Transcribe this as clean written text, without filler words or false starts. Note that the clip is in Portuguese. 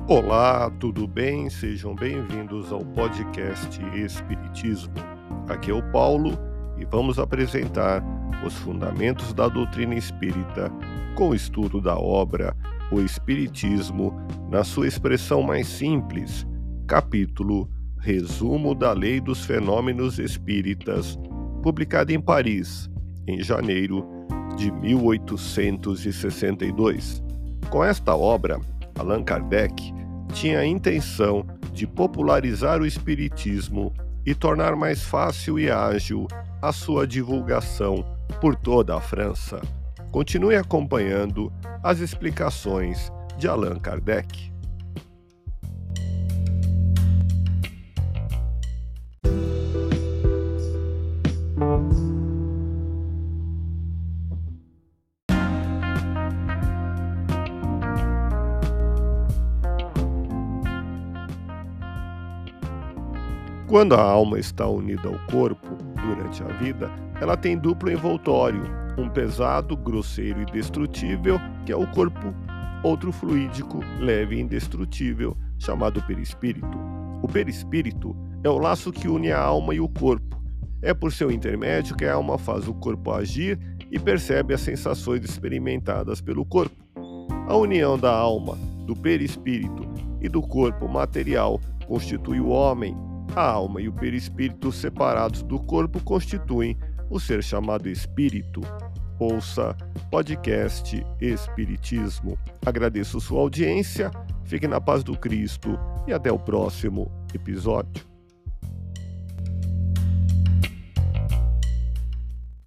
Olá, tudo bem? Sejam bem-vindos ao podcast Espiritismo. Aqui é o Paulo e vamos apresentar os fundamentos da doutrina espírita com o estudo da obra O Espiritismo na sua expressão mais simples, capítulo Resumo da Lei dos Fenômenos Espíritas, publicado em Paris, em janeiro de 1862. Com esta obra, Allan Kardec tinha a intenção de popularizar o espiritismo e tornar mais fácil e ágil a sua divulgação por toda a França. Continue acompanhando as explicações de Allan Kardec. Quando a alma está unida ao corpo durante a vida, ela tem duplo envoltório, um pesado, grosseiro e destrutível, que é o corpo, outro fluídico, leve e indestrutível, chamado perispírito. O perispírito é o laço que une a alma e o corpo. É por seu intermédio que a alma faz o corpo agir e percebe as sensações experimentadas pelo corpo. A união da alma, do perispírito e do corpo material constitui o homem. A alma e o perispírito separados do corpo constituem o ser chamado espírito. Ouça podcast Espiritismo. Agradeço sua audiência, fique na paz do Cristo e até o próximo episódio.